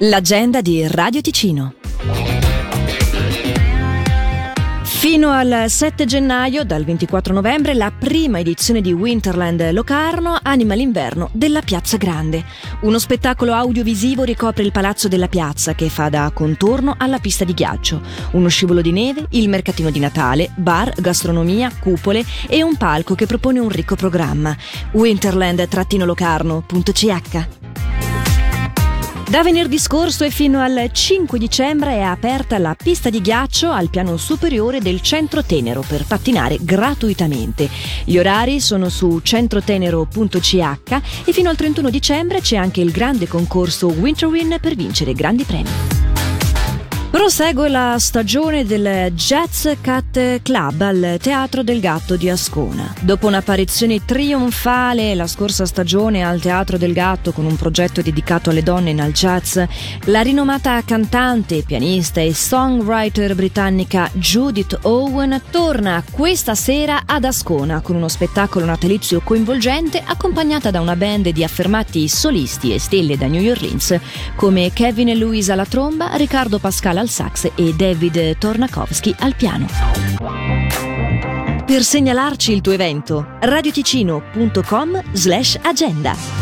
L'agenda di Radio Ticino. Fino al 7 gennaio, dal 24 novembre, la prima edizione di Winterland Locarno anima l'inverno della Piazza Grande. Uno spettacolo audiovisivo ricopre il palazzo della piazza che fa da contorno alla pista di ghiaccio. Uno scivolo di neve, il mercatino di Natale, bar, gastronomia, cupole e un palco che propone un ricco programma. Winterland-locarno.ch. Da venerdì scorso e fino al 5 dicembre è aperta la pista di ghiaccio al piano superiore del Centro Tenero per pattinare gratuitamente. Gli orari sono su centrotenero.ch e fino al 31 dicembre c'è anche il grande concorso Winterwin per vincere grandi premi. Prosegue la stagione del Jazz Cat Club al Teatro del Gatto di Ascona. Dopo un'apparizione trionfale la scorsa stagione al Teatro del Gatto con un progetto dedicato alle donne nel jazz, la rinomata cantante, pianista e songwriter britannica Judith Owen torna questa sera ad Ascona con uno spettacolo natalizio coinvolgente accompagnata da una band di affermati solisti e stelle da New Orleans come Kevin e Louise alla tromba, Riccardo Pascal al sax e David Tornakovsky al piano. Per segnalarci il tuo evento, radioticino.com/agenda.